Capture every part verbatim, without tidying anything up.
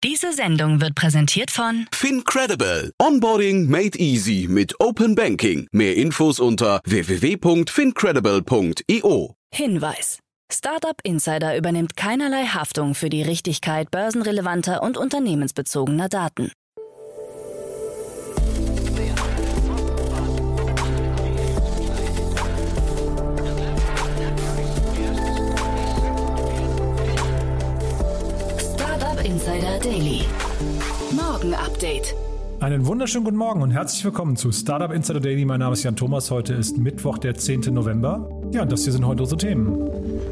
Diese Sendung wird präsentiert von FinCredible. Onboarding made easy mit Open Banking. Mehr Infos unter w w w punkt fincredible punkt i o. Hinweis. Startup Insider übernimmt keinerlei Haftung für die Richtigkeit börsenrelevanter und unternehmensbezogener Daten. Startup Insider Daily. Morgen Update. Einen wunderschönen guten Morgen und herzlich willkommen zu Startup Insider Daily. Mein Name ist Jan Thomas. Heute ist Mittwoch, der zehnten November. Ja, und das hier sind heute unsere Themen.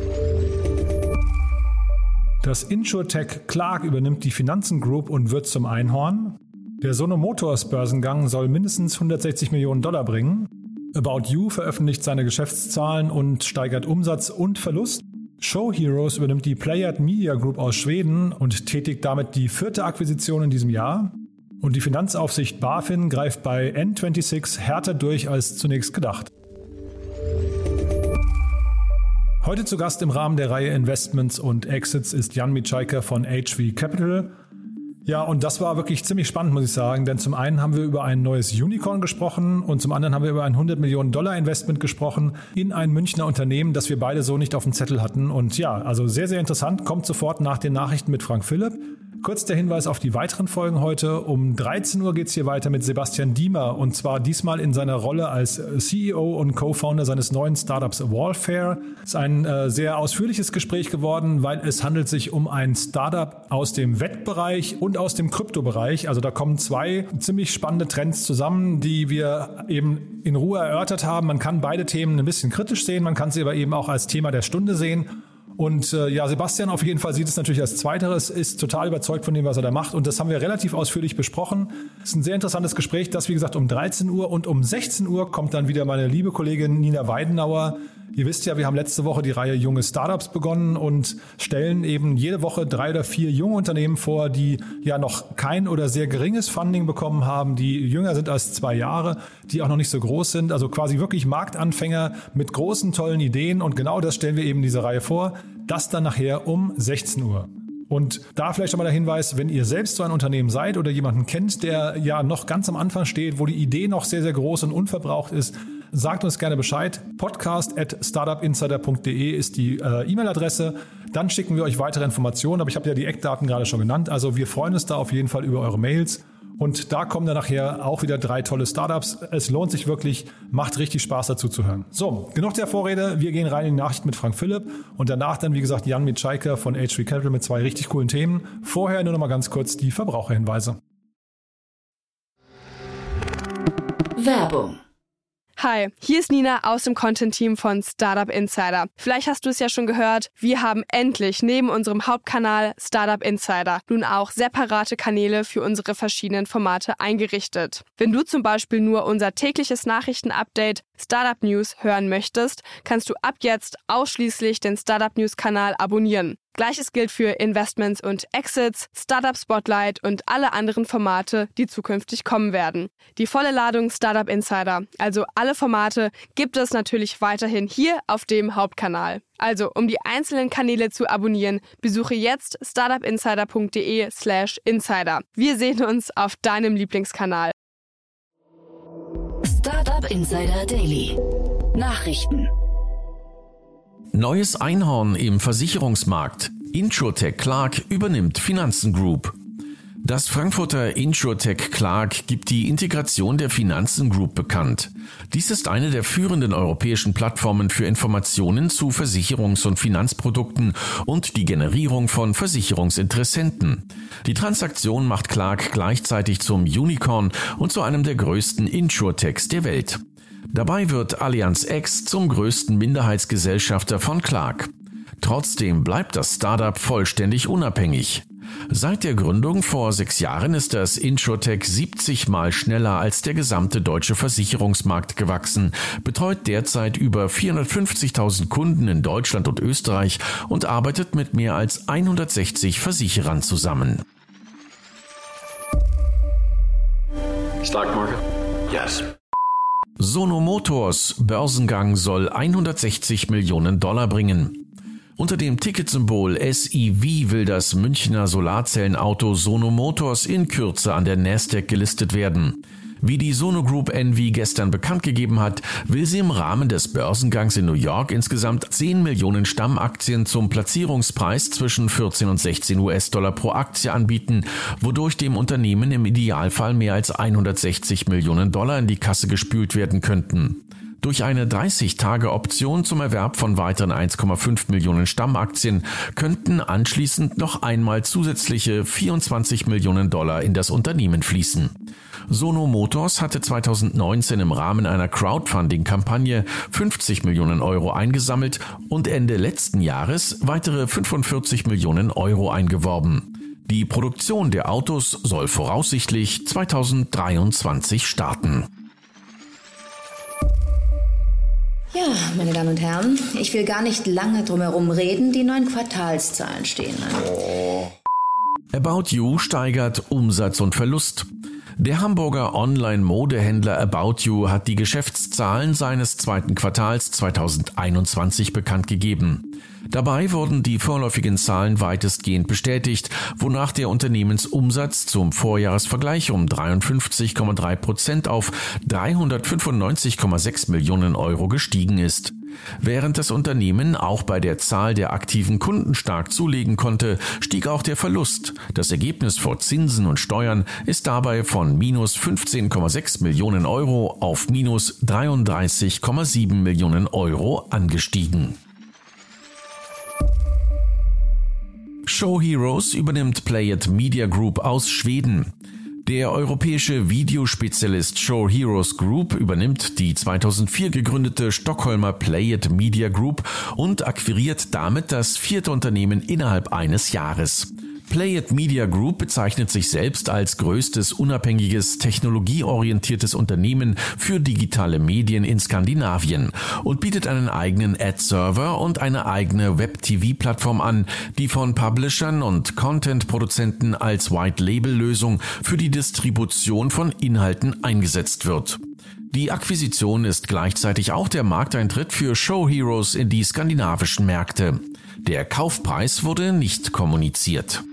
Das Insurtech Clark übernimmt die Finanzen Group und wird zum Einhorn. Der Sono Motors Börsengang soll mindestens hundertsechzig Millionen Dollar bringen. About You veröffentlicht seine Geschäftszahlen und steigert Umsatz und Verlust. Show Heroes übernimmt die Playard Media Group aus Schweden und tätigt damit die vierte Akquisition in diesem Jahr. Und die Finanzaufsicht BaFin greift bei N sechsundzwanzig härter durch als zunächst gedacht. Heute zu Gast im Rahmen der Reihe Investments und Exits ist Jan Micajka von H V Capital. Ja, und das war wirklich ziemlich spannend, muss ich sagen, denn zum einen haben wir über ein neues Unicorn gesprochen und zum anderen haben wir über ein hundert Millionen Dollar Investment gesprochen in ein Münchner Unternehmen, das wir beide so nicht auf dem Zettel hatten. Und ja, also sehr, sehr interessant, kommt sofort nach den Nachrichten mit Frank Philipp. Kurz der Hinweis auf die weiteren Folgen heute. Um dreizehn Uhr geht es hier weiter mit Sebastian Diemer und zwar diesmal in seiner Rolle als C E O und Co-Founder seines neuen Startups Wallfare. Es ist ein äh, sehr ausführliches Gespräch geworden, weil es handelt sich um ein Startup aus dem Wettbereich und aus dem Kryptobereich. Also da kommen zwei ziemlich spannende Trends zusammen, die wir eben in Ruhe erörtert haben. Man kann beide Themen ein bisschen kritisch sehen, man kann sie aber eben auch als Thema der Stunde sehen. Und äh, ja, Sebastian auf jeden Fall sieht es natürlich als Zweiteres, ist total überzeugt von dem, was er da macht. Und das haben wir relativ ausführlich besprochen. Es ist ein sehr interessantes Gespräch, das wie gesagt um dreizehn Uhr und um sechzehn Uhr kommt dann wieder meine liebe Kollegin Nina Weidenauer. Ihr wisst ja, wir haben letzte Woche die Reihe Junge Startups begonnen und stellen eben jede Woche drei oder vier junge Unternehmen vor, die ja noch kein oder sehr geringes Funding bekommen haben, die jünger sind als zwei Jahre, die auch noch nicht so groß sind, also quasi wirklich Marktanfänger mit großen, tollen Ideen und genau das stellen wir eben in dieser Reihe vor. Das dann nachher um sechzehn Uhr. Und da vielleicht schon mal der Hinweis, wenn ihr selbst so ein Unternehmen seid oder jemanden kennt, der ja noch ganz am Anfang steht, wo die Idee noch sehr, sehr groß und unverbraucht ist, sagt uns gerne Bescheid. podcast at startupinsider punkt de ist die äh, E-Mail-Adresse. Dann schicken wir euch weitere Informationen, aber ich habe ja die Eckdaten gerade schon genannt. Also wir freuen uns da auf jeden Fall über eure Mails. Und da kommen dann nachher auch wieder drei tolle Startups. Es lohnt sich wirklich, macht richtig Spaß dazu zu hören. So, genug der Vorrede. Wir gehen rein in die Nachrichten mit Frank Philipp und danach dann, wie gesagt, Jan Micajka von H V Capital mit zwei richtig coolen Themen. Vorher nur noch mal ganz kurz die Verbraucherhinweise. Werbung. Hi, hier ist Nina aus dem Content-Team von Startup Insider. Vielleicht hast du es ja schon gehört, wir haben endlich neben unserem Hauptkanal Startup Insider nun auch separate Kanäle für unsere verschiedenen Formate eingerichtet. Wenn du zum Beispiel nur unser tägliches Nachrichtenupdate Startup News hören möchtest, kannst du ab jetzt ausschließlich den Startup News-Kanal abonnieren. Gleiches gilt für Investments und Exits, Startup Spotlight und alle anderen Formate, die zukünftig kommen werden. Die volle Ladung Startup Insider, also alle Formate, gibt es natürlich weiterhin hier auf dem Hauptkanal. Also, um die einzelnen Kanäle zu abonnieren, besuche jetzt startupinsider punkt de slash insider. Wir sehen uns auf deinem Lieblingskanal. Startup Insider Daily. Nachrichten. Neues Einhorn im Versicherungsmarkt. Insurtech Clark übernimmt Finanzen Group. Das Frankfurter Insurtech Clark gibt die Integration der Finanzen Group bekannt. Dies ist eine der führenden europäischen Plattformen für Informationen zu Versicherungs- und Finanzprodukten und die Generierung von Versicherungsinteressenten. Die Transaktion macht Clark gleichzeitig zum Unicorn und zu einem der größten Insurtechs der Welt. Dabei wird Allianz X zum größten Minderheitsgesellschafter von Clark. Trotzdem bleibt das Startup vollständig unabhängig. Seit der Gründung vor sechs Jahren ist das Insurtech siebzig Mal schneller als der gesamte deutsche Versicherungsmarkt gewachsen, betreut derzeit über vierhundertfünfzigtausend Kunden in Deutschland und Österreich und arbeitet mit mehr als hundertsechzig Versicherern zusammen. Stock market? Yes. Sono Motors Börsengang soll hundertsechzig Millionen Dollar bringen. Unter dem Ticketsymbol S I V will das Münchner Solarzellenauto Sono Motors in Kürze an der Nasdaq gelistet werden. Wie die Sono Group N V gestern bekannt gegeben hat, will sie im Rahmen des Börsengangs in New York insgesamt zehn Millionen Stammaktien zum Platzierungspreis zwischen vierzehn und sechzehn US-Dollar pro Aktie anbieten, wodurch dem Unternehmen im Idealfall mehr als hundertsechzig Millionen Dollar in die Kasse gespült werden könnten. Durch eine dreißig-Tage-Option zum Erwerb von weiteren eins Komma fünf Millionen Stammaktien könnten anschließend noch einmal zusätzliche vierundzwanzig Millionen Dollar in das Unternehmen fließen. Sono Motors hatte zweitausendneunzehn im Rahmen einer Crowdfunding-Kampagne fünfzig Millionen Euro eingesammelt und Ende letzten Jahres weitere fünfundvierzig Millionen Euro eingeworben. Die Produktion der Autos soll voraussichtlich zweitausenddreiundzwanzig starten. Ja, meine Damen und Herren, ich will gar nicht lange drum herum reden, die neuen Quartalszahlen stehen an. About You steigert Umsatz und Verlust. Der Hamburger Online-Modehändler About You hat die Geschäftszahlen seines zweiten Quartals zweitausendeinundzwanzig bekannt gegeben. Dabei wurden die vorläufigen Zahlen weitestgehend bestätigt, wonach der Unternehmensumsatz zum Vorjahresvergleich um dreiundfünfzig Komma drei Prozent auf dreihundertfünfundneunzig Komma sechs Millionen Euro gestiegen ist. Während das Unternehmen auch bei der Zahl der aktiven Kunden stark zulegen konnte, stieg auch der Verlust. Das Ergebnis vor Zinsen und Steuern ist dabei von minus fünfzehn Komma sechs Millionen Euro auf minus dreiunddreißig Komma sieben Millionen Euro angestiegen. Show Heroes übernimmt Playit Media Group aus Schweden. Der europäische Videospezialist Show Heroes Group übernimmt die zweitausendvier gegründete Stockholmer Playit Media Group und akquiriert damit das vierte Unternehmen innerhalb eines Jahres. Playit Media Group bezeichnet sich selbst als größtes unabhängiges, technologieorientiertes Unternehmen für digitale Medien in Skandinavien und bietet einen eigenen Ad-Server und eine eigene Web-T V-Plattform an, die von Publishern und Content-Produzenten als White-Label-Lösung für die Distribution von Inhalten eingesetzt wird. Die Akquisition ist gleichzeitig auch der Markteintritt für Show Heroes in die skandinavischen Märkte. Der Kaufpreis wurde nicht kommuniziert.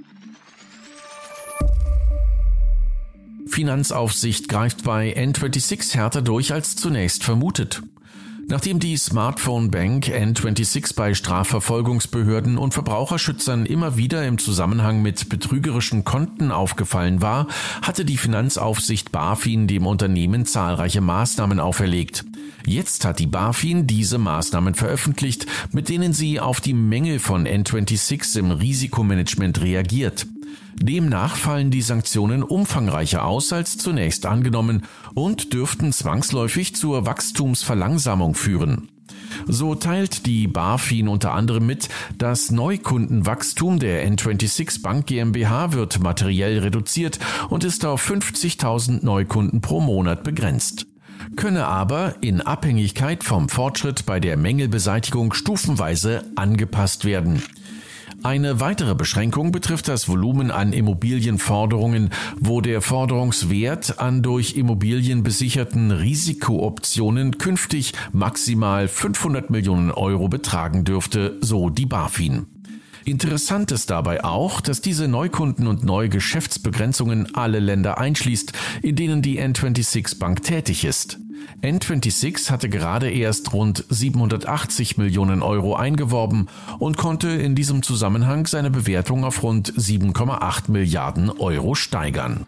Finanzaufsicht greift bei N sechsundzwanzig härter durch als zunächst vermutet. Nachdem die Smartphone Bank N sechsundzwanzig bei Strafverfolgungsbehörden und Verbraucherschützern immer wieder im Zusammenhang mit betrügerischen Konten aufgefallen war, hatte die Finanzaufsicht BaFin dem Unternehmen zahlreiche Maßnahmen auferlegt. Jetzt hat die BaFin diese Maßnahmen veröffentlicht, mit denen sie auf die Mängel von N sechsundzwanzig im Risikomanagement reagiert. Demnach fallen die Sanktionen umfangreicher aus als zunächst angenommen und dürften zwangsläufig zur Wachstumsverlangsamung führen. So teilt die BaFin unter anderem mit, das Neukundenwachstum der N sechsundzwanzig Bank GmbH wird materiell reduziert und ist auf fünfzigtausend Neukunden pro Monat begrenzt, könne aber in Abhängigkeit vom Fortschritt bei der Mängelbeseitigung stufenweise angepasst werden. Eine weitere Beschränkung betrifft das Volumen an Immobilienforderungen, wo der Forderungswert an durch Immobilien besicherten Risikooptionen künftig maximal fünfhundert Millionen Euro betragen dürfte, so die BaFin. Interessant ist dabei auch, dass diese Neukunden- und Neugeschäftsbegrenzungen alle Länder einschließt, in denen die N sechsundzwanzig Bank tätig ist. N sechsundzwanzig hatte gerade erst rund siebenhundertachtzig Millionen Euro eingeworben und konnte in diesem Zusammenhang seine Bewertung auf rund sieben Komma acht Milliarden Euro steigern.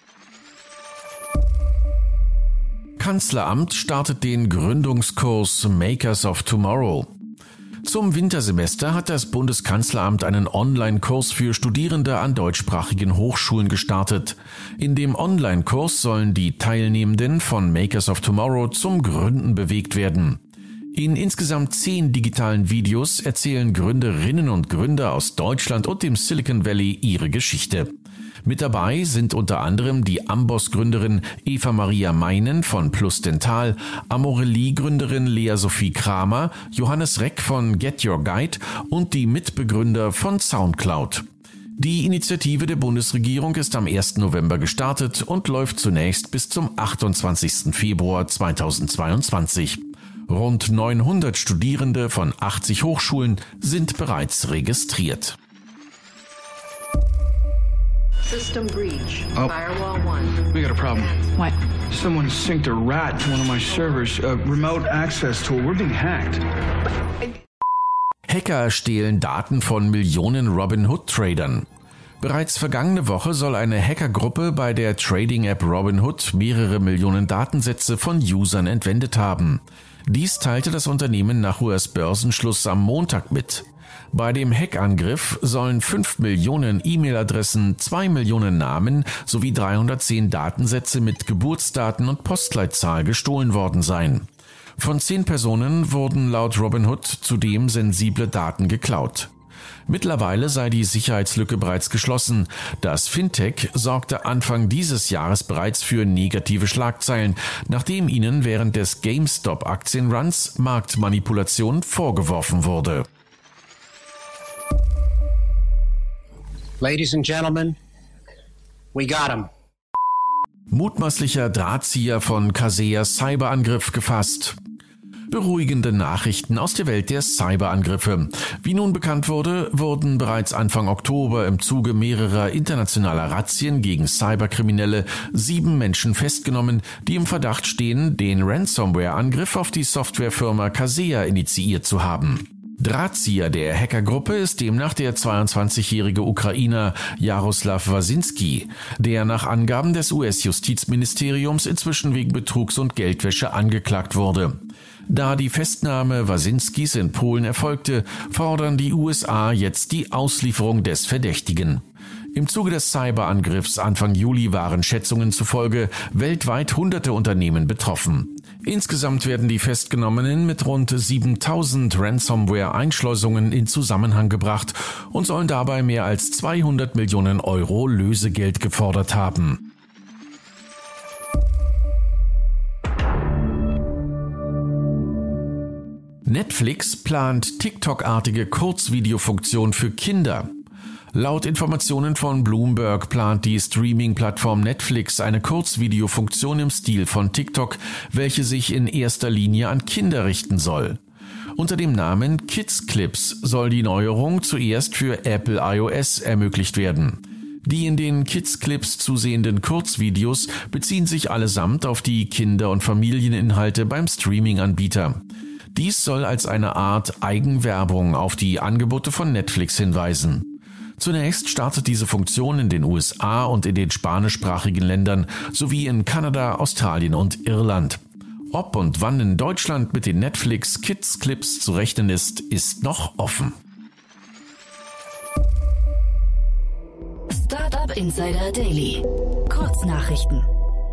Kanzleramt startet den Gründungskurs Makers of Tomorrow. Zum Wintersemester hat das Bundeskanzleramt einen Online-Kurs für Studierende an deutschsprachigen Hochschulen gestartet. In dem Online-Kurs sollen die Teilnehmenden von Makers of Tomorrow zum Gründen bewegt werden. In insgesamt zehn digitalen Videos erzählen Gründerinnen und Gründer aus Deutschland und dem Silicon Valley ihre Geschichte. Mit dabei sind unter anderem die Amboss-Gründerin Eva Maria Meinen von Plus Dental, Amorelie-Gründerin Lea Sophie Kramer, Johannes Reck von Get Your Guide und die Mitbegründer von Soundcloud. Die Initiative der Bundesregierung ist am ersten November gestartet und läuft zunächst bis zum achtundzwanzigsten Februar zweitausendzweiundzwanzig. Rund neunhundert Studierende von achtzig Hochschulen sind bereits registriert. System breach. Oh. Firewall one. We got a problem. What? Someone synced a rat to one of my servers. A remote access tool. We're being hacked. Hacker stehlen Daten von Millionen Robinhood-Tradern. Bereits vergangene Woche soll eine Hackergruppe bei der Trading-App Robinhood mehrere Millionen Datensätze von Usern entwendet haben. Dies teilte das Unternehmen nach U S-Börsenschluss am Montag mit. Bei dem Hackangriff sollen fünf Millionen E-Mail-Adressen, zwei Millionen Namen sowie dreihundertzehn Datensätze mit Geburtsdaten und Postleitzahl gestohlen worden sein. Von zehn Personen wurden laut Robinhood zudem sensible Daten geklaut. Mittlerweile sei die Sicherheitslücke bereits geschlossen. Das Fintech sorgte Anfang dieses Jahres bereits für negative Schlagzeilen, nachdem ihnen während des GameStop-Aktienruns Marktmanipulation vorgeworfen wurde. Ladies and gentlemen, we got him. Mutmaßlicher Drahtzieher von Kaseya Cyberangriff gefasst. Beruhigende Nachrichten aus der Welt der Cyberangriffe. Wie nun bekannt wurde, wurden bereits Anfang Oktober im Zuge mehrerer internationaler Razzien gegen Cyberkriminelle sieben Menschen festgenommen, die im Verdacht stehen, den Ransomware-Angriff auf die Softwarefirma Kaseya initiiert zu haben. Drahtzieher der Hackergruppe ist demnach der zweiundzwanzigjährige Ukrainer Jaroslav Wasinski, der nach Angaben des U S-Justizministeriums inzwischen wegen Betrugs und Geldwäsche angeklagt wurde. Da die Festnahme Wasinskis in Polen erfolgte, fordern die U S A jetzt die Auslieferung des Verdächtigen. Im Zuge des Cyberangriffs Anfang Juli waren Schätzungen zufolge weltweit hunderte Unternehmen betroffen. Insgesamt werden die Festgenommenen mit rund siebentausend Ransomware-Einschleusungen in Zusammenhang gebracht und sollen dabei mehr als zweihundert Millionen Euro Lösegeld gefordert haben. Netflix plant TikTok-artige Kurzvideofunktion für Kinder. Laut Informationen von Bloomberg plant die Streaming-Plattform Netflix eine Kurzvideofunktion im Stil von TikTok, welche sich in erster Linie an Kinder richten soll. Unter dem Namen Kids Clips soll die Neuerung zuerst für Apple iOS ermöglicht werden. Die in den Kids Clips zu sehenden Kurzvideos beziehen sich allesamt auf die Kinder- und Familieninhalte beim Streaming-Anbieter. Dies soll als eine Art Eigenwerbung auf die Angebote von Netflix hinweisen. Zunächst startet diese Funktion in den U S A und in den spanischsprachigen Ländern sowie in Kanada, Australien und Irland. Ob und wann in Deutschland mit den Netflix Kids Clips zu rechnen ist, ist noch offen. Startup Insider Daily. Kurznachrichten.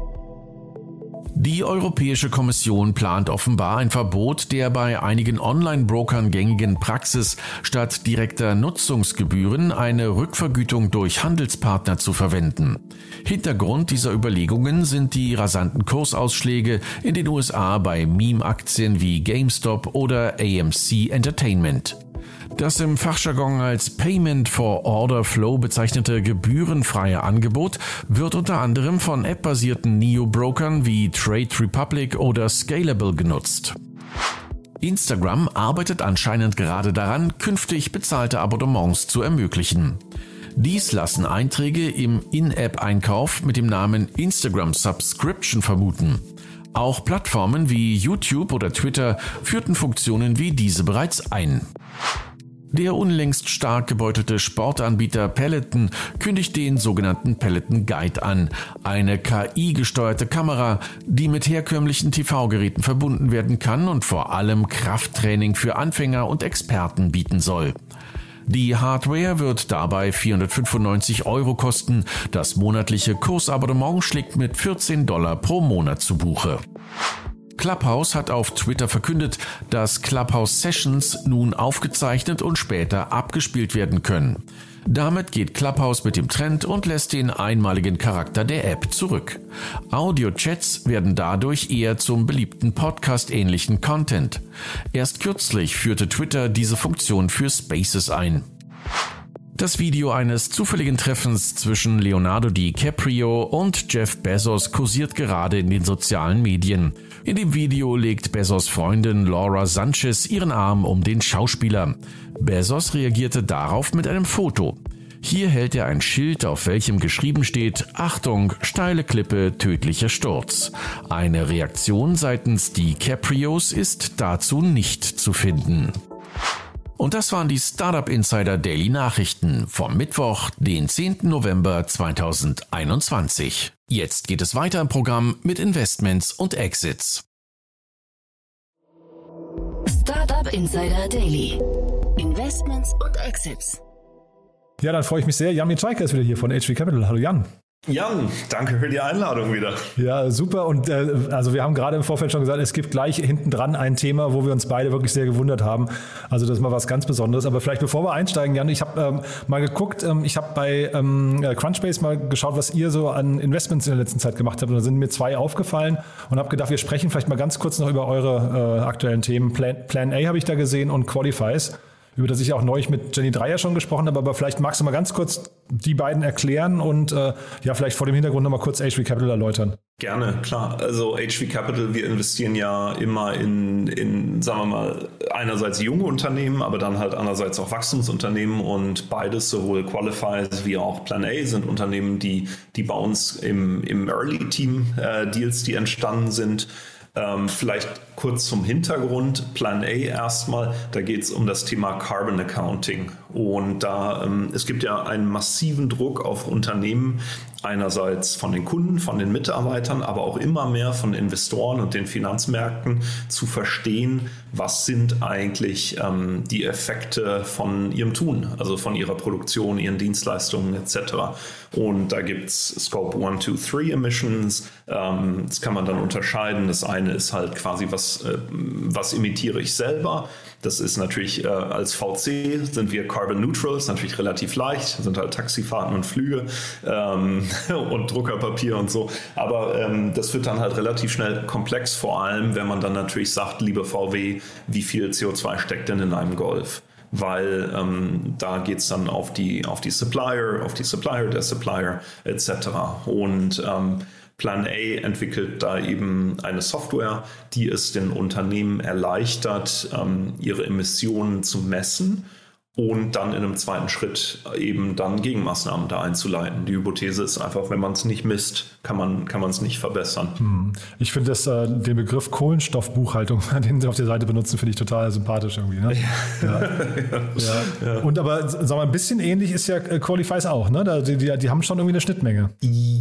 Die Europäische Kommission plant offenbar ein Verbot der bei einigen Online-Brokern gängigen Praxis, statt direkter Nutzungsgebühren eine Rückvergütung durch Handelspartner zu verwenden. Hintergrund dieser Überlegungen sind die rasanten Kursausschläge in den U S A bei Meme-Aktien wie GameStop oder A M C Entertainment. Das im Fachjargon als Payment for Order Flow bezeichnete gebührenfreie Angebot wird unter anderem von App-basierten Neo-Brokern wie Trade Republic oder Scalable genutzt. Instagram arbeitet anscheinend gerade daran, künftig bezahlte Abonnements zu ermöglichen. Dies lassen Einträge im In-App-Einkauf mit dem Namen Instagram Subscription vermuten. Auch Plattformen wie YouTube oder Twitter führten Funktionen wie diese bereits ein. Der unlängst stark gebeutelte Sportanbieter Peloton kündigt den sogenannten Peloton Guide an, eine K I-gesteuerte Kamera, die mit herkömmlichen T V-Geräten verbunden werden kann und vor allem Krafttraining für Anfänger und Experten bieten soll. Die Hardware wird dabei vierhundertfünfundneunzig Euro kosten, das monatliche Kursabonnement schlägt mit vierzehn Dollar pro Monat zu Buche. Clubhouse hat auf Twitter verkündet, dass Clubhouse Sessions nun aufgezeichnet und später abgespielt werden können. Damit geht Clubhouse mit dem Trend und lässt den einmaligen Charakter der App zurück. Audio-Chats werden dadurch eher zum beliebten Podcast-ähnlichen Content. Erst kürzlich führte Twitter diese Funktion für Spaces ein. Das Video eines zufälligen Treffens zwischen Leonardo DiCaprio und Jeff Bezos kursiert gerade in den sozialen Medien. In dem Video legt Bezos Freundin Laura Sanchez ihren Arm um den Schauspieler. Bezos reagierte darauf mit einem Foto. Hier hält er ein Schild, auf welchem geschrieben steht: Achtung, steile Klippe, tödlicher Sturz. Eine Reaktion seitens DiCaprios ist dazu nicht zu finden. Und das waren die Startup Insider Daily Nachrichten vom Mittwoch, den zehnten November zweitausendeinundzwanzig. Jetzt geht es weiter im Programm mit Investments und Exits. Startup Insider Daily. Investments und Exits. Ja, dann freue ich mich sehr. Jan Michalke ist wieder hier von H V Capital. Hallo Jan. Jan, danke für die Einladung wieder. Ja, super. Und äh, also wir haben gerade im Vorfeld schon gesagt, es gibt gleich hinten dran ein Thema, wo wir uns beide wirklich sehr gewundert haben. Also das ist mal was ganz Besonderes. Aber vielleicht bevor wir einsteigen, Jan, ich habe ähm, mal geguckt, ähm, ich habe bei ähm, Crunchbase mal geschaut, was ihr so an Investments in der letzten Zeit gemacht habt. Und da sind mir zwei aufgefallen und habe gedacht, wir sprechen vielleicht mal ganz kurz noch über eure äh, aktuellen Themen. Plan, Plan A habe ich da gesehen und Qualifies, über das ich auch neulich mit Jenny Dreier schon gesprochen habe, aber vielleicht magst du mal ganz kurz die beiden erklären und äh, ja, vielleicht vor dem Hintergrund nochmal kurz H V Capital erläutern. Gerne, klar. Also H V Capital, wir investieren ja immer in, in, sagen wir mal, einerseits junge Unternehmen, aber dann halt andererseits auch Wachstumsunternehmen, und beides, sowohl Qualifies wie auch Plan A, sind Unternehmen, die, die bei uns im, im Early-Team äh, Deals, die entstanden sind. Ähm, vielleicht kurz zum Hintergrund. Plan A erstmal, da geht es um das Thema Carbon Accounting. Und da ähm, es gibt ja einen massiven Druck auf Unternehmen, einerseits von den Kunden, von den Mitarbeitern, aber auch immer mehr von Investoren und den Finanzmärkten zu verstehen, was sind eigentlich ähm, die Effekte von ihrem Tun, also von ihrer Produktion, ihren Dienstleistungen et cetera. Und da gibt es Scope eins, zwei, drei Emissions. Ähm, das kann man dann unterscheiden. Das eine ist halt quasi, was, äh, was emitiere ich selber. Das ist natürlich äh, als V C sind wir carbon neutral, ist natürlich relativ leicht, sind halt Taxifahrten und Flüge ähm, und Druckerpapier und so. Aber ähm, das wird dann halt relativ schnell komplex, vor allem wenn man dann natürlich sagt, liebe V W, wie viel C O zwei steckt denn in einem Golf? Weil ähm, da geht es dann auf die, auf die Supplier, auf die Supplier, der Supplier et cetera. Und ähm, Plan A entwickelt da eben eine Software, die es den Unternehmen erleichtert, ähm, ihre Emissionen zu messen und dann in einem zweiten Schritt eben dann Gegenmaßnahmen da einzuleiten. Die Hypothese ist einfach, wenn man es nicht misst, kann man kann man es nicht verbessern. Ich finde das, äh, den Begriff Kohlenstoffbuchhaltung, den Sie auf der Seite benutzen, finde ich total sympathisch irgendwie. Ne? Ja. Ja. Ja. Ja. Und aber, sag mal, ein bisschen ähnlich ist ja Qualifies auch, ne? Die, die, die haben schon irgendwie eine Schnittmenge.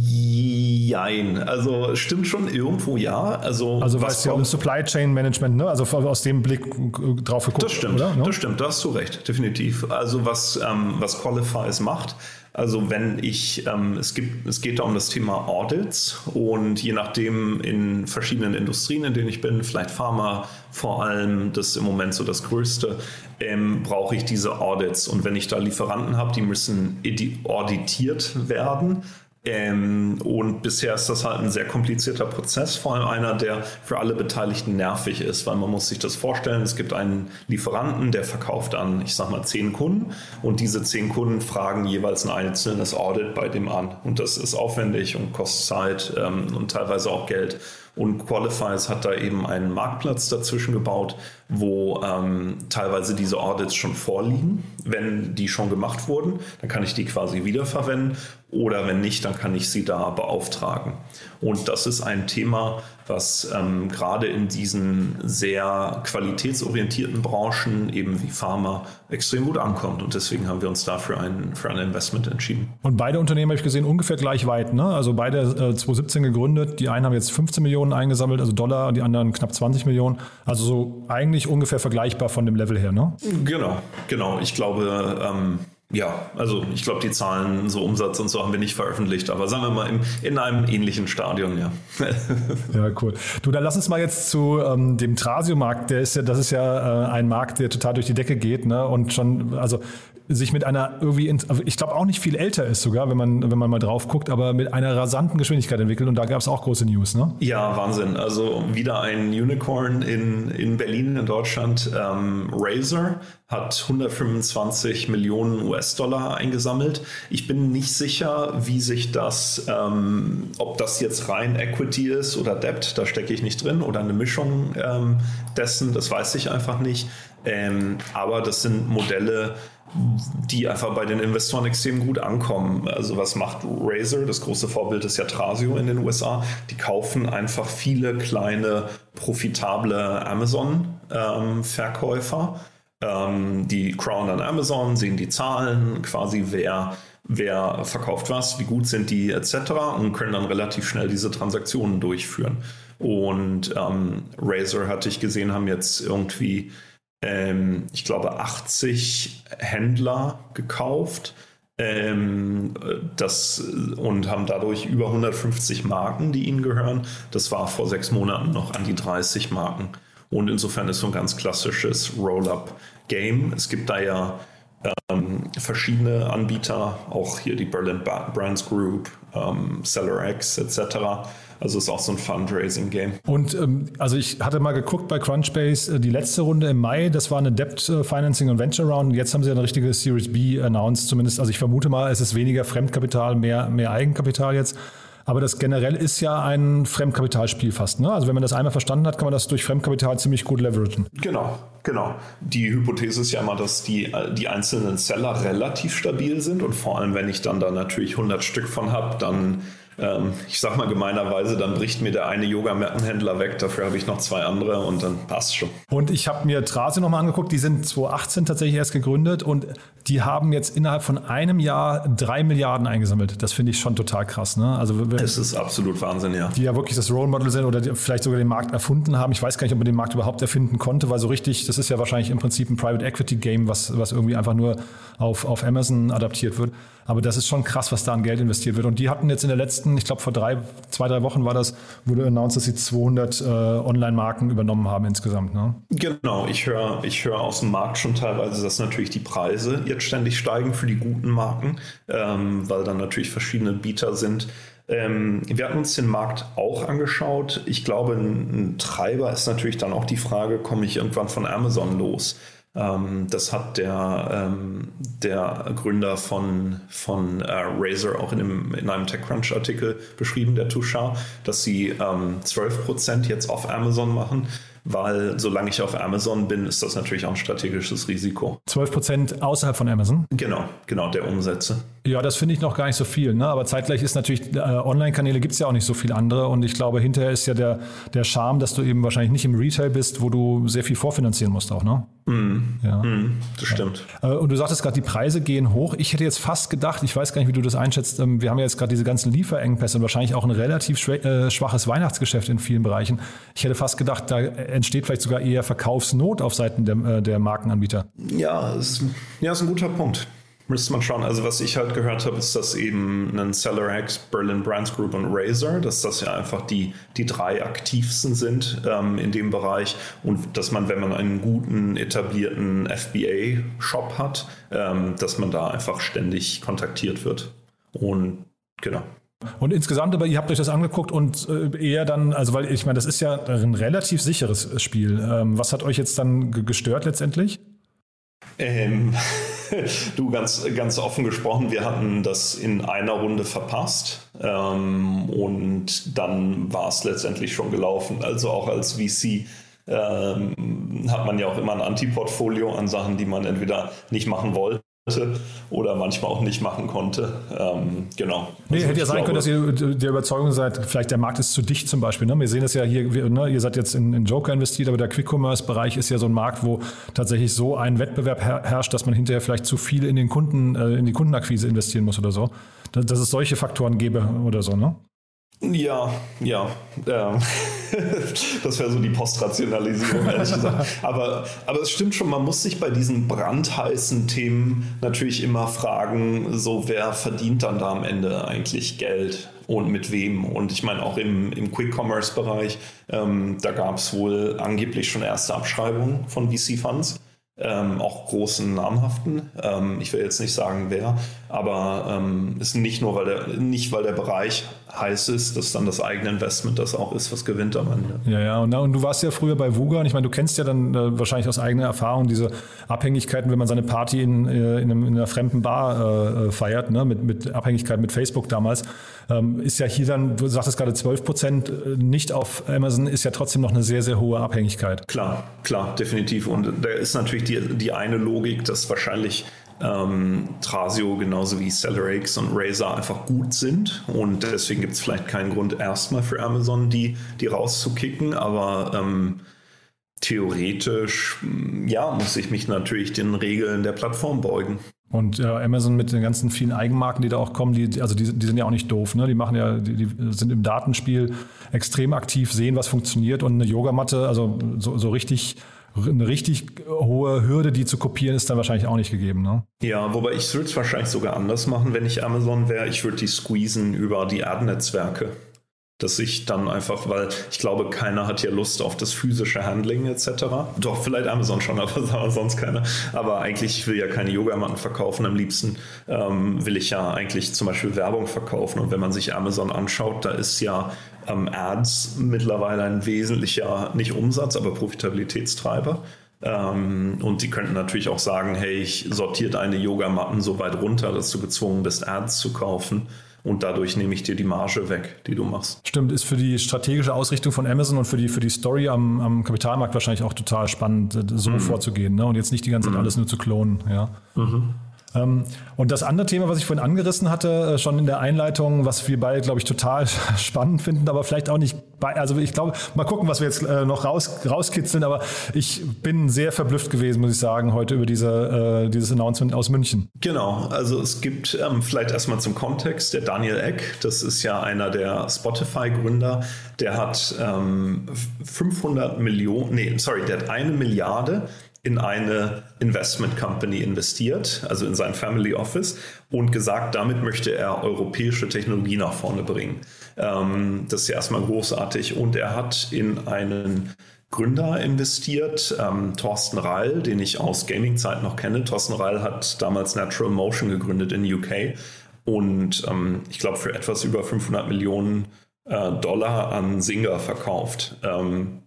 Jein, also stimmt schon irgendwo, ja. Also, also was ja um Supply Chain Management, ne? Also aus dem Blick drauf geguckt. Das stimmt, oder? Das stimmt, da hast du recht, definitiv. Also was, ähm, was Qualifies macht, also wenn ich, ähm, es gibt, es geht da um das Thema Audits, und je nachdem in verschiedenen Industrien, in denen ich bin, vielleicht Pharma vor allem, das ist im Moment so das Größte, ähm, brauche ich diese Audits. Und wenn ich da Lieferanten habe, die müssen auditiert werden. Ähm, und bisher ist das halt ein sehr komplizierter Prozess, vor allem einer, der für alle Beteiligten nervig ist, weil man muss sich das vorstellen, es gibt einen Lieferanten, der verkauft an, ich sag mal, zehn Kunden, und diese zehn Kunden fragen jeweils ein einzelnes Audit bei dem an, und das ist aufwendig und kostet Zeit ähm, und teilweise auch Geld. Und Qualifies hat da eben einen Marktplatz dazwischen gebaut, wo ähm, teilweise diese Audits schon vorliegen. Wenn die schon gemacht wurden, dann kann ich die quasi wiederverwenden, oder wenn nicht, dann kann ich sie da beauftragen. Und das ist ein Thema, was ähm, gerade in diesen sehr qualitätsorientierten Branchen, eben wie Pharma, extrem gut ankommt. Und deswegen haben wir uns dafür ein, für ein Investment entschieden. Und beide Unternehmen, habe ich gesehen, ungefähr gleich weit, ne? Also beide äh, zwanzig siebzehn gegründet. Die einen haben jetzt fünfzehn Millionen eingesammelt, also Dollar, und die anderen knapp zwanzig Millionen. Also so eigentlich ungefähr vergleichbar von dem Level her, ne? Genau, genau. Ich glaube, ähm, ja, also ich glaube, die Zahlen, so Umsatz und so, haben wir nicht veröffentlicht, aber sagen wir mal im, in einem ähnlichen Stadion, ja. Ja, cool. Du, dann lass uns mal jetzt zu ähm, dem Trasio-Markt. Der ist ja, das ist ja äh, ein Markt, der total durch die Decke geht, ne? Und schon, also sich mit einer irgendwie, ich glaube auch nicht viel älter ist sogar, wenn man, wenn man mal drauf guckt, aber mit einer rasanten Geschwindigkeit entwickelt, und da gab es auch große News, ne? Ja, Wahnsinn. Also wieder ein Unicorn in, in Berlin in Deutschland. Ähm, Razer hat hundertfünfundzwanzig Millionen U S-Dollar eingesammelt. Ich bin nicht sicher, wie sich das, ähm, ob das jetzt rein Equity ist oder Debt, da stecke ich nicht drin, oder eine Mischung ähm, dessen, das weiß ich einfach nicht. Ähm, aber das sind Modelle, die einfach bei den Investoren extrem gut ankommen. Also was macht Razer? Das große Vorbild ist ja Thrasio in den U S A. Die kaufen einfach viele kleine, profitable Amazon-Verkäufer. Ähm, die crawlen an Amazon, sehen die Zahlen, quasi wer, wer verkauft was, wie gut sind die et cetera und können dann relativ schnell diese Transaktionen durchführen. Und ähm, Razer, hatte ich gesehen, haben jetzt irgendwie Ähm, ich glaube, achtzig Händler gekauft ähm, das, und haben dadurch über hundertfünfzig Marken, die ihnen gehören. Das war vor sechs Monaten noch an die dreißig Marken. Und insofern ist so ein ganz klassisches Roll-Up-Game. Es gibt da ja ähm, verschiedene Anbieter, auch hier die Berlin Brands Group, ähm, SellerX et cetera. Also ist auch so ein Fundraising-Game. Und ähm, also ich hatte mal geguckt bei Crunchbase, die letzte Runde im Mai, das war eine Debt Financing und Venture Round. Jetzt haben sie eine richtige Series B announced zumindest. Also ich vermute mal, es ist weniger Fremdkapital, mehr, mehr Eigenkapital jetzt. Aber das generell ist ja ein Fremdkapitalspiel fast, ne? Also wenn man das einmal verstanden hat, kann man das durch Fremdkapital ziemlich gut leveragen. Genau, genau. Die Hypothese ist ja immer, dass die, die einzelnen Seller relativ stabil sind und vor allem, wenn ich dann da natürlich hundert Stück von habe, dann ich sag mal gemeinerweise, dann bricht mir der eine Yoga-Mattenhändler weg, dafür habe ich noch zwei andere und dann passt schon. Und ich habe mir Thrasio nochmal angeguckt, die sind zwanzig achtzehn tatsächlich erst gegründet und die haben jetzt innerhalb von einem Jahr drei Milliarden eingesammelt. Das finde ich schon total krass. Ne? Also, es ist absolut Wahnsinn, ja. Die ja wirklich das Role Model sind oder die vielleicht sogar den Markt erfunden haben. Ich weiß gar nicht, ob man den Markt überhaupt erfinden konnte, weil so richtig, das ist ja wahrscheinlich im Prinzip ein Private Equity Game, was, was irgendwie einfach nur auf, auf Amazon adaptiert wird. Aber das ist schon krass, was da an Geld investiert wird. Und die hatten jetzt in der letzten, ich glaube vor drei, zwei, drei Wochen war das, wurde announced, dass sie zweihundert äh, Online-Marken übernommen haben insgesamt. Ne? Genau, ich höre ich hör aus dem Markt schon teilweise, dass natürlich die Preise jetzt ständig steigen für die guten Marken, ähm, weil dann natürlich verschiedene Bieter sind. Ähm, wir hatten uns den Markt auch angeschaut. Ich glaube, ein, ein Treiber ist natürlich dann auch die Frage, komme ich irgendwann von Amazon los? Das hat der, ähm, der Gründer von, von äh, Razer auch in einem, in einem TechCrunch-Artikel beschrieben, der Tushar, dass sie ähm, zwölf Prozent jetzt auf Amazon machen, weil solange ich auf Amazon bin, ist das natürlich auch ein strategisches Risiko. zwölf Prozent außerhalb von Amazon? Genau, genau, der Umsätze. Ja, das finde ich noch gar nicht so viel, ne? Aber zeitgleich ist natürlich, äh, Online-Kanäle gibt es ja auch nicht so viele andere und ich glaube, hinterher ist ja der, der Charme, dass du eben wahrscheinlich nicht im Retail bist, wo du sehr viel vorfinanzieren musst auch, ne? Mm, ja. Mm, das stimmt. Ja. Und du sagtest gerade, die Preise gehen hoch. Ich hätte jetzt fast gedacht, ich weiß gar nicht, wie du das einschätzt, wir haben ja jetzt gerade diese ganzen Lieferengpässe und wahrscheinlich auch ein relativ schwä- äh, schwaches Weihnachtsgeschäft in vielen Bereichen. Ich hätte fast gedacht, da entsteht vielleicht sogar eher Verkaufsnot auf Seiten der, äh, der Markenanbieter. Ja, ist, ja, ist ein guter Punkt. Müsste man schauen. Also was ich halt gehört habe, ist, dass eben ein SellerX, Berlin Brands Group und Razer, dass das ja einfach die, die drei aktivsten sind ähm, in dem Bereich und dass man, wenn man einen guten, etablierten F B A-Shop hat, ähm, dass man da einfach ständig kontaktiert wird. Und genau. Und insgesamt, aber ihr habt euch das angeguckt und äh, eher dann, also weil ich meine, das ist ja ein relativ sicheres Spiel. Ähm, was hat euch jetzt dann g- gestört letztendlich? Ähm, du, ganz, ganz offen gesprochen, wir hatten das in einer Runde verpasst ähm, und dann war es letztendlich schon gelaufen. Also auch als V C ähm, hat man ja auch immer ein Anti-Portfolio an Sachen, die man entweder nicht machen wollte oder manchmal auch nicht machen konnte. Ähm, genau. Nee, also hätte ja sein glaube, können, dass ihr der Überzeugung seid, vielleicht der Markt ist zu dicht zum Beispiel. Ne? Wir sehen das ja hier, wir, ne? Ihr seid jetzt in, in Joker investiert, aber der Quick-Commerce-Bereich ist ja so ein Markt, wo tatsächlich so ein Wettbewerb her- herrscht, dass man hinterher vielleicht zu viel in den Kunden, äh, in die Kundenakquise investieren muss oder so. Dass, dass es solche Faktoren gäbe oder so, ne? Ja, ja. Ähm, das wäre so die Postrationalisierung, ehrlich gesagt. Aber, aber es stimmt schon, man muss sich bei diesen brandheißen Themen natürlich immer fragen, so wer verdient dann da am Ende eigentlich Geld und mit wem? Und ich meine auch im, im Quick-Commerce-Bereich, ähm, da gab es wohl angeblich schon erste Abschreibungen von V C-Funds. ähm, auch großen, namhaften. Ähm, ich will jetzt nicht sagen, wer, aber ähm, ist nicht nur, weil der, nicht weil der Bereich heiß ist, dass dann das eigene Investment das auch ist, was gewinnt am Ende. Ja, ja, und, und du warst ja früher bei Vuga und ich meine, du kennst ja dann äh, wahrscheinlich aus eigener Erfahrung diese Abhängigkeiten, wenn man seine Party in, äh, in, einem, in einer fremden Bar äh, feiert, ne? mit, mit Abhängigkeit mit Facebook damals, ähm, ist ja hier dann, du sagtest gerade zwölf Prozent nicht auf Amazon, ist ja trotzdem noch eine sehr, sehr hohe Abhängigkeit. Klar, klar, definitiv. Und da ist natürlich die, die eine Logik, dass wahrscheinlich ähm, Thrasio genauso wie SellerX und Razor einfach gut sind und deswegen gibt es vielleicht keinen Grund erstmal für Amazon die, die rauszukicken, aber ähm, theoretisch ja, muss ich mich natürlich den Regeln der Plattform beugen. Und äh, Amazon mit den ganzen vielen Eigenmarken, die da auch kommen, die, also die, die sind ja auch nicht doof, ne? Die machen ja, die, die sind im Datenspiel extrem aktiv, sehen, was funktioniert und eine Yogamatte, also so, so richtig eine richtig hohe Hürde, die zu kopieren, ist dann wahrscheinlich auch nicht gegeben, ne? Ja, wobei ich würde es wahrscheinlich sogar anders machen, wenn ich Amazon wäre. Ich würde die squeezen über die Ad-Netzwerke. Dass ich dann einfach, weil ich glaube, keiner hat hier Lust auf das physische Handling et cetera. Doch, vielleicht Amazon schon, aber sonst keiner. Aber eigentlich will ich ja keine Yogamatten verkaufen. Am liebsten ähm, will ich ja eigentlich zum Beispiel Werbung verkaufen. Und wenn man sich Amazon anschaut, da ist ja ähm, Ads mittlerweile ein wesentlicher, nicht Umsatz, aber Profitabilitätstreiber. Ähm, und die könnten natürlich auch sagen, hey, ich sortiere deine Yogamatten so weit runter, dass du gezwungen bist, Ads zu kaufen. Und dadurch nehme ich dir die Marge weg, die du machst. Stimmt, ist für die strategische Ausrichtung von Amazon und für die, für die Story am, am Kapitalmarkt wahrscheinlich auch total spannend, so mhm. vorzugehen, ne? Und jetzt nicht die ganze Zeit mhm. alles nur zu klonen. Ja. Mhm. Ähm, und das andere Thema, was ich vorhin angerissen hatte, äh, schon in der Einleitung, was wir beide, glaube ich, total spannend finden, aber vielleicht auch nicht bei, also ich glaube, mal gucken, was wir jetzt äh, noch raus, rauskitzeln, aber ich bin sehr verblüfft gewesen, muss ich sagen, heute über diese, äh, dieses Announcement aus München. Genau, also es gibt ähm, vielleicht erstmal zum Kontext, der Daniel Ek, das ist ja einer der Spotify-Gründer, der hat ähm, fünfhundert Millionen, nee, sorry, der hat eine Milliarde in eine Investment Company investiert, also in sein Family Office und gesagt, damit möchte er europäische Technologie nach vorne bringen. Ähm, das ist ja erstmal großartig und er hat in einen Gründer investiert, ähm, Thorsten Reil, den ich aus Gaming-Zeit noch kenne. Thorsten Reil hat damals Natural Motion gegründet in U K und ähm, ich glaube für etwas über fünfhundert Millionen äh, Dollar an Zynga verkauft. Ähm,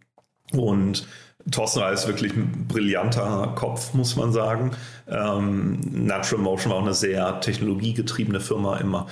und Thorsten Reil ist wirklich ein brillanter Kopf, muss man sagen. Ähm, Natural Motion war auch eine sehr technologiegetriebene Firma immer.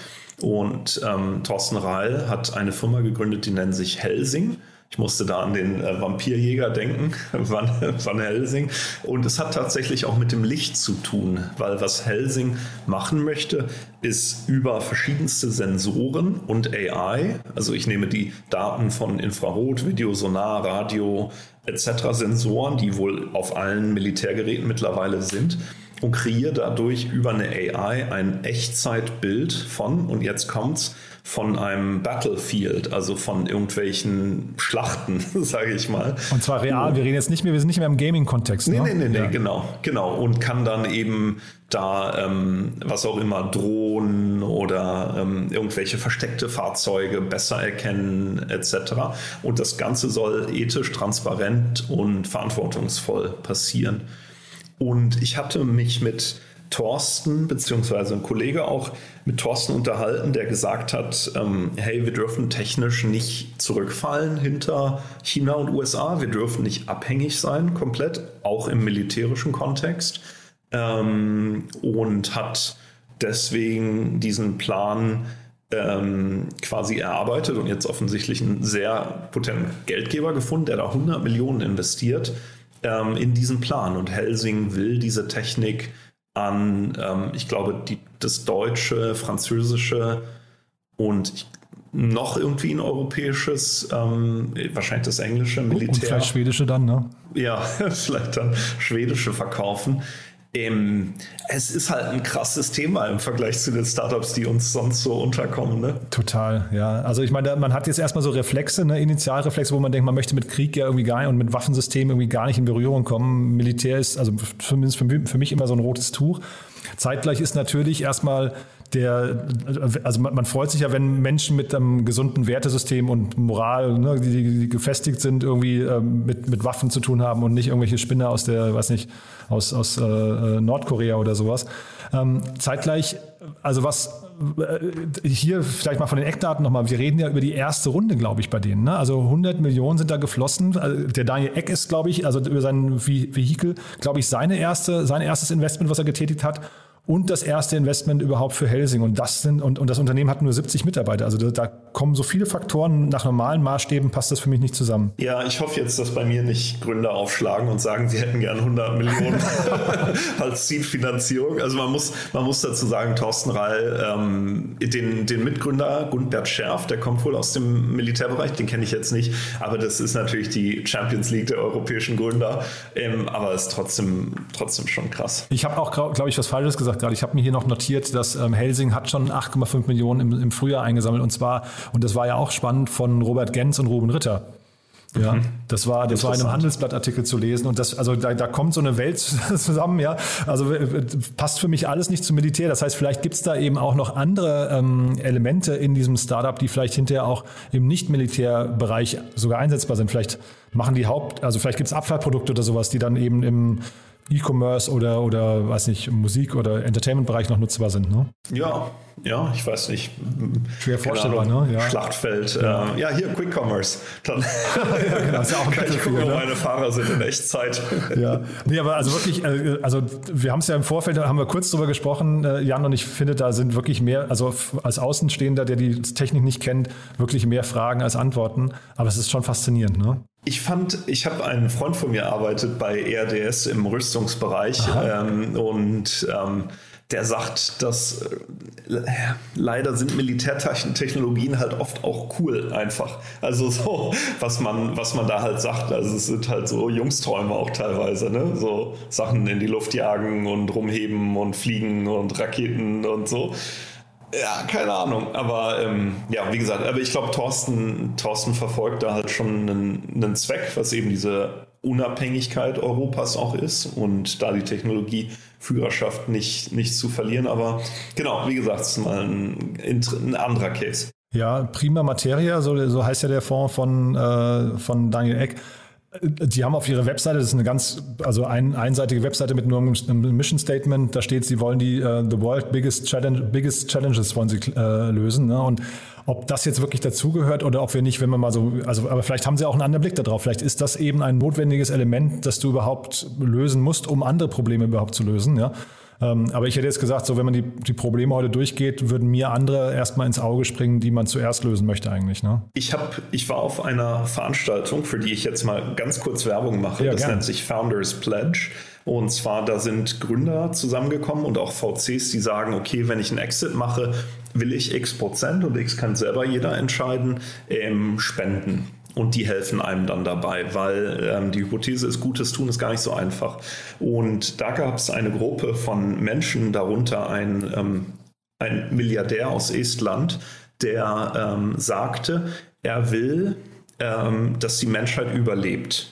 Und ähm, Thorsten Reil hat eine Firma gegründet, die nennt sich Helsing. Ich musste da an den äh, Vampirjäger denken, Van, Van Helsing. Und es hat tatsächlich auch mit dem Licht zu tun, weil was Helsing machen möchte, ist über verschiedenste Sensoren und A I, also ich nehme die Daten von Infrarot, Video, Sonar, Radio et cetera Sensoren, die wohl auf allen Militärgeräten mittlerweile sind, und kreiere dadurch über eine A I ein Echtzeitbild von, und jetzt kommt's, von einem Battlefield, also von irgendwelchen Schlachten, sage ich mal. Und zwar real, wir reden jetzt nicht mehr, wir sind nicht mehr im Gaming-Kontext. Nee, ne? nee, nee, ja. nee, genau, genau. Und kann dann eben da, ähm, was auch immer, Drohnen oder ähm, irgendwelche versteckte Fahrzeuge besser erkennen, et cetera. Und das Ganze soll ethisch, transparent und verantwortungsvoll passieren. Und ich hatte mich mit Thorsten, beziehungsweise ein Kollege auch, mit Thorsten unterhalten, der gesagt hat, ähm, hey, wir dürfen technisch nicht zurückfallen hinter China und U S A, wir dürfen nicht abhängig sein, komplett, auch im militärischen Kontext, ähm, und hat deswegen diesen Plan ähm, quasi erarbeitet und jetzt offensichtlich einen sehr potenten Geldgeber gefunden, der da hundert Millionen investiert ähm, in diesen Plan. Und Helsing will diese Technik an, ähm, ich glaube, die, das deutsche, französische und ich, noch irgendwie ein europäisches, ähm, wahrscheinlich das englische Militär. Und vielleicht schwedische dann, ne? Ja, vielleicht dann schwedische verkaufen. Ähm, es ist halt ein krasses Thema im Vergleich zu den Startups, die uns sonst so unterkommen, ne? Total, ja. Also ich meine, man hat jetzt erstmal so Reflexe, ne, Initialreflexe, wo man denkt, man möchte mit Krieg ja irgendwie gar nicht und mit Waffensystemen irgendwie gar nicht in Berührung kommen. Militär ist, also zumindest für mich immer so ein rotes Tuch. Zeitgleich ist natürlich erstmal der, also man, man freut sich ja, wenn Menschen mit einem gesunden Wertesystem und Moral, ne, die, die gefestigt sind, irgendwie ähm, mit, mit Waffen zu tun haben und nicht irgendwelche Spinner aus der, weiß nicht, aus, aus äh, Nordkorea oder sowas. Ähm, zeitgleich, also was äh, hier vielleicht mal von den Eckdaten nochmal, wir reden ja über die erste Runde, glaube ich, bei denen. Ne? Also hundert Millionen sind da geflossen. Also der Daniel Ek ist, glaube ich, also über sein Vehikel, glaube ich, seine erste, sein erstes Investment, was er getätigt hat. Und das erste Investment überhaupt für Helsing. Und das sind, und, und das Unternehmen hat nur siebzig Mitarbeiter. Also da, da kommen so viele Faktoren, nach normalen Maßstäben passt das für mich nicht zusammen. Ja, ich hoffe jetzt, dass bei mir nicht Gründer aufschlagen und sagen, sie hätten gern hundert Millionen als Seed-Finanzierung. Also man muss, man muss dazu sagen, Thorsten Reil, ähm, den, den Mitgründer Gundbert Scherf, der kommt wohl aus dem Militärbereich, den kenne ich jetzt nicht, aber das ist natürlich die Champions League der europäischen Gründer. Ähm, aber es ist trotzdem, trotzdem schon krass. Ich habe auch, glaube ich, was Falsches gesagt. Gerade. Ich habe mir hier noch notiert, dass ähm, Helsing hat schon acht Komma fünf Millionen im, im Frühjahr eingesammelt und zwar, und das war ja auch spannend, von Robert Genz und Ruben Ritter. Ja, mhm. das war, das war in einem Handelsblattartikel zu lesen und das, also da, da kommt so eine Welt zusammen, ja. Also passt für mich alles nicht zum Militär. Das heißt, vielleicht gibt es da eben auch noch andere ähm, Elemente in diesem Startup, die vielleicht hinterher auch im Nicht-Militärbereich sogar einsetzbar sind. Vielleicht machen die Haupt, also vielleicht gibt es Abfallprodukte oder sowas, die dann eben im E-Commerce oder, oder weiß nicht, Musik- oder Entertainment-Bereich noch nutzbar sind, ne? Ja, ja, ich weiß nicht. Schwer vorstellbar, ne? Ja. Schlachtfeld. Ja, äh, ja hier Quick Commerce. Dann ja, genau, ist ja auch ein kann ich gucken, wo meine Fahrer sind in Echtzeit. Ja, nee, aber also wirklich, also wir haben es ja im Vorfeld, da haben wir kurz drüber gesprochen, Jan, und ich finde, da sind wirklich mehr, also als Außenstehender, der die Technik nicht kennt, wirklich mehr Fragen als Antworten. Aber es ist schon faszinierend, ne? Ich fand, ich habe einen Freund von mir arbeitet bei E R D S im Rüstungsbereich ähm, und ähm, der sagt, dass äh, leider sind Militärtechnologien halt oft auch cool einfach. Also so, was man, was man da halt sagt. Also es sind halt so Jungsträume auch teilweise, ne? So Sachen in die Luft jagen und rumheben und fliegen und Raketen und so. Ja, keine Ahnung, aber ähm, ja, wie gesagt, aber ich glaube, Thorsten, Thorsten verfolgt da halt schon einen, einen Zweck, was eben diese Unabhängigkeit Europas auch ist und da die Technologieführerschaft nicht, nicht zu verlieren. Aber genau, wie gesagt, es ist mal ein, ein anderer Case. Ja, Prima Materia, so, so heißt ja der Fonds von, äh, von Daniel Ek. Die haben auf ihrer Webseite, das ist eine ganz, also ein, einseitige Webseite mit nur einem Mission Statement, da steht, sie wollen die uh, the world biggest challenge, biggest challenges wollen sie äh, lösen, ne? Und ob das jetzt wirklich dazugehört oder ob wir nicht, wenn wir mal so, also aber vielleicht haben sie auch einen anderen Blick darauf, vielleicht ist das eben ein notwendiges Element, das du überhaupt lösen musst, um andere Probleme überhaupt zu lösen, ja. Ähm, aber ich hätte jetzt gesagt, so wenn man die, die Probleme heute durchgeht, würden mir andere erstmal ins Auge springen, die man zuerst lösen möchte eigentlich, ne? Ich hab, ich war auf einer Veranstaltung, für die ich jetzt mal ganz kurz Werbung mache. Ja, das gern. Nennt sich Founders Pledge. Und zwar, da sind Gründer zusammengekommen und auch V Cs, die sagen, okay, wenn ich einen Exit mache, will ich x Prozent und x kann selber jeder entscheiden, ähm, spenden. Und die helfen einem dann dabei, weil ähm, die Hypothese ist, Gutes tun ist gar nicht so einfach. Und da gab es eine Gruppe von Menschen, darunter ein, ähm, ein Milliardär aus Estland, der ähm, sagte, er will, ähm, dass die Menschheit überlebt.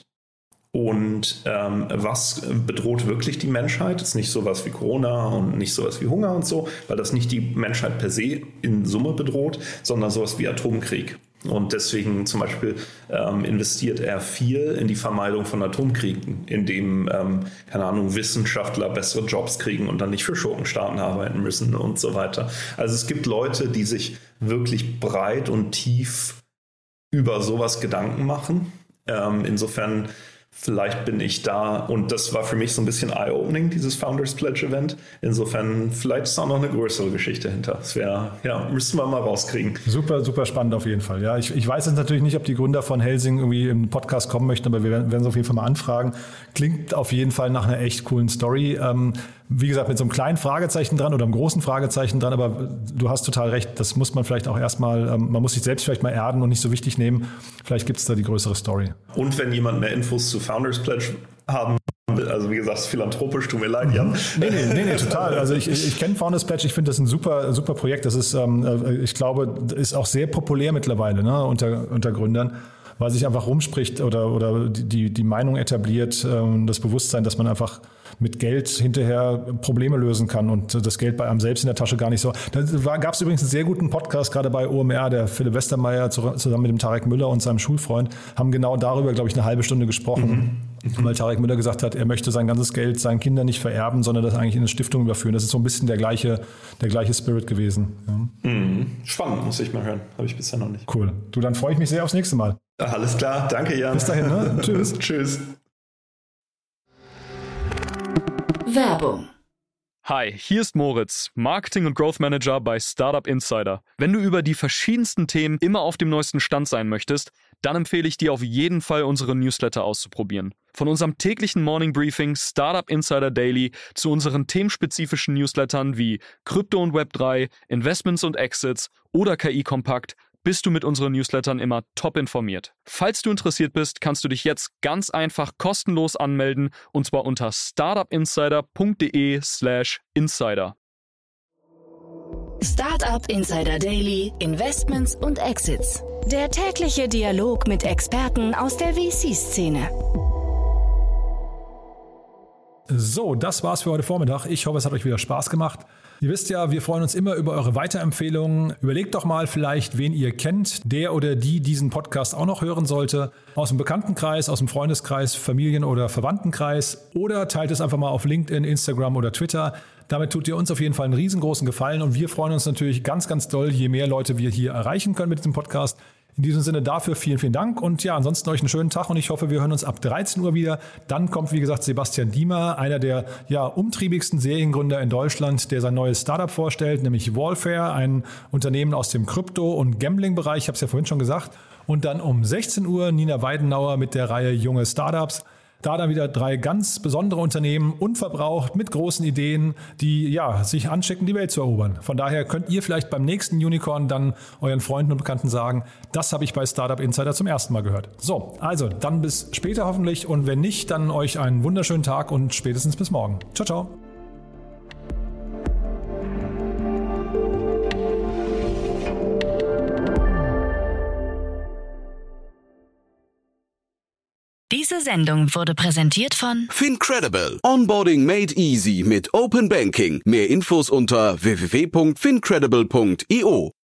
Und ähm, was bedroht wirklich die Menschheit? Das ist nicht sowas wie Corona und nicht sowas wie Hunger und so, weil das nicht die Menschheit per se in Summe bedroht, sondern sowas wie Atomkrieg. Und deswegen zum Beispiel ähm, investiert er viel in die Vermeidung von Atomkriegen, indem, ähm, keine Ahnung, Wissenschaftler bessere Jobs kriegen und dann nicht für Schurkenstaaten arbeiten müssen und so weiter. Also es gibt Leute, die sich wirklich breit und tief über sowas Gedanken machen. Ähm, insofern vielleicht bin ich da, und das war für mich so ein bisschen eye-opening, dieses Founders Pledge Event. Insofern, vielleicht ist auch noch eine größere Geschichte hinter. Das wäre, ja, müssten wir mal rauskriegen. Super, super spannend auf jeden Fall. Ja, ich, ich weiß jetzt natürlich nicht, ob die Gründer von Helsing irgendwie im Podcast kommen möchten, aber wir werden, werden sie auf jeden Fall mal anfragen. Klingt auf jeden Fall nach einer echt coolen Story. Ähm, wie gesagt, mit so einem kleinen Fragezeichen dran oder einem großen Fragezeichen dran, aber du hast total recht, das muss man vielleicht auch erstmal, ähm, man muss sich selbst vielleicht mal erden und nicht so wichtig nehmen. Vielleicht gibt es da die größere Story. Und wenn jemand mehr Infos zu Founders Pledge haben will, also wie gesagt, philanthropisch, tut mir leid, Jan. Nee, nee, nee, nee, total. Also ich, ich, ich kenne Founders Pledge, ich finde das ein super, super Projekt. Das ist, ähm, ich glaube, ist auch sehr populär mittlerweile, ne, unter, unter Gründern. weil sich einfach rumspricht oder, oder die, die Meinung etabliert, das Bewusstsein, dass man einfach mit Geld hinterher Probleme lösen kann und das Geld bei einem selbst in der Tasche gar nicht so. Da gab es übrigens einen sehr guten Podcast, gerade bei O M R, der Philipp Westermeier zusammen mit dem Tarek Müller und seinem Schulfreund haben genau darüber, glaube ich, eine halbe Stunde gesprochen, mhm. weil Tarek Müller gesagt hat, er möchte sein ganzes Geld seinen Kindern nicht vererben, sondern das eigentlich in eine Stiftung überführen. Das ist so ein bisschen der gleiche, der gleiche Spirit gewesen. Ja. Mhm. Spannend, muss ich mal hören. Habe ich bisher noch nicht. Cool. Du, dann freue ich mich sehr aufs nächste Mal. Alles klar, danke Jan. Bis dahin, ne? Tschüss. Tschüss. Werbung. Hi, hier ist Moritz, Marketing- und Growth Manager bei Startup Insider. Wenn du über die verschiedensten Themen immer auf dem neuesten Stand sein möchtest, dann empfehle ich dir auf jeden Fall, unsere Newsletter auszuprobieren. Von unserem täglichen Morning Briefing Startup Insider Daily zu unseren themenspezifischen Newslettern wie Krypto und Web drei, Investments und Exits oder K I-Kompakt, bist du mit unseren Newslettern immer top informiert. Falls du interessiert bist, kannst du dich jetzt ganz einfach kostenlos anmelden und zwar unter startupinsider.de slash insider. Startup Insider Daily, Investments und Exits. Der tägliche Dialog mit Experten aus der V C-Szene. So, das war's für heute Vormittag. Ich hoffe, es hat euch wieder Spaß gemacht. Ihr wisst ja, wir freuen uns immer über eure Weiterempfehlungen. Überlegt doch mal vielleicht, wen ihr kennt, der oder die diesen Podcast auch noch hören sollte. Aus dem Bekanntenkreis, aus dem Freundeskreis, Familien- oder Verwandtenkreis. Oder teilt es einfach mal auf LinkedIn, Instagram oder Twitter. Damit tut ihr uns auf jeden Fall einen riesengroßen Gefallen. Und wir freuen uns natürlich ganz, ganz doll, je mehr Leute wir hier erreichen können mit diesem Podcast. In diesem Sinne dafür vielen, vielen Dank und ja, ansonsten euch einen schönen Tag und ich hoffe, wir hören uns ab dreizehn Uhr wieder. Dann kommt, wie gesagt, Sebastian Diemer, einer der ja, umtriebigsten Seriengründer in Deutschland, der sein neues Startup vorstellt, nämlich Wallfair, ein Unternehmen aus dem Krypto- und Gambling-Bereich, ich habe es ja vorhin schon gesagt. Und dann um sechzehn Uhr Nina Weidenauer mit der Reihe Junge Startups. Da dann wieder drei ganz besondere Unternehmen, unverbraucht, mit großen Ideen, die ja sich anschicken, die Welt zu erobern. Von daher könnt ihr vielleicht beim nächsten Unicorn dann euren Freunden und Bekannten sagen, das habe ich bei Startup Insider zum ersten Mal gehört. So, also dann bis später hoffentlich und wenn nicht, dann euch einen wunderschönen Tag und spätestens bis morgen. Ciao, ciao. Diese Sendung wurde präsentiert von FinCredible. Onboarding made easy mit Open Banking. Mehr Infos unter w w w punkt fincredible punkt i o.